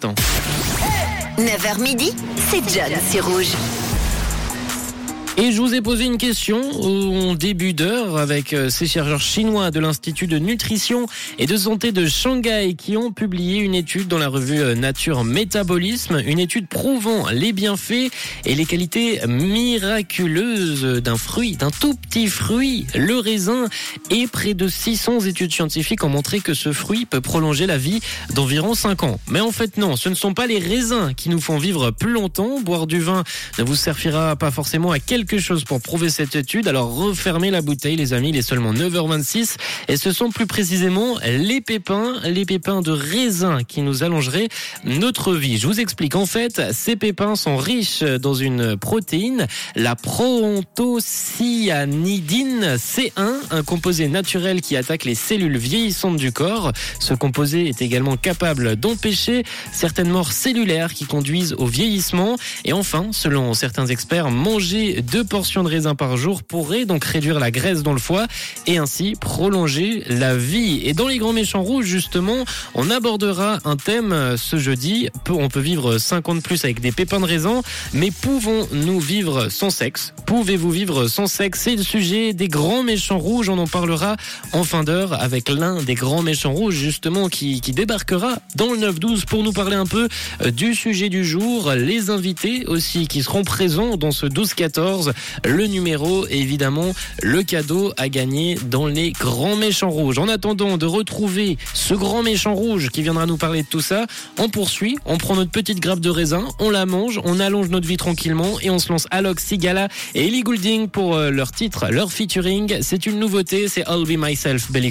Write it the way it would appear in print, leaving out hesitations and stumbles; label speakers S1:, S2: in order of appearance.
S1: l'instant.
S2: 9h midi, c'est John sur Rouge.
S1: Et je vous ai posé une question au début d'heure avec ces chercheurs chinois de l'Institut de nutrition et de santé de Shanghai qui ont publié une étude dans la revue Nature Métabolisme, une étude prouvant les bienfaits et les qualités miraculeuses d'un fruit, d'un tout petit fruit, le raisin. Et près de 600 études scientifiques ont montré que ce fruit peut prolonger la vie d'environ 5 ans. Mais en fait non, ce ne sont pas les raisins qui nous font vivre plus longtemps. Boire du vin ne vous servira pas forcément à quelque chose pour prouver cette étude. Alors refermez la bouteille les amis, il est seulement 9h26 et ce sont plus précisément les pépins de raisin qui nous allongeraient notre vie. Je vous explique, en fait ces pépins sont riches dans une protéine, la proanthocyanidine C1, un composé naturel qui attaque les cellules vieillissantes du corps. Ce composé est également capable d'empêcher certaines morts cellulaires qui conduisent au vieillissement. Et enfin, selon certains experts, manger 2 portions de raisin par jour pourrait donc réduire la graisse dans le foie et ainsi prolonger la vie. Et dans les grands méchants rouges, justement, on abordera un thème ce jeudi. On peut vivre 5 ans de plus avec des pépins de raisin, mais pouvons-nous vivre sans sexe ? Pouvez-vous vivre sans sexe ? C'est le sujet des grands méchants rouges. On en parlera en fin d'heure avec l'un des grands méchants rouges, justement, qui débarquera dans le 9-12 pour nous parler un peu du sujet du jour. Les invités aussi qui seront présents dans ce 12-14. Le numéro et évidemment le cadeau à gagner dans les grands méchants rouges. En attendant de retrouver ce grand méchant rouge qui viendra nous parler de tout ça, on poursuit, on prend notre petite grappe de raisin, on la mange, on allonge notre vie tranquillement et on se lance Alok, Sigala et Ellie Goulding pour leur titre, leur featuring. C'est une nouveauté, c'est I'll Be Myself, Belly.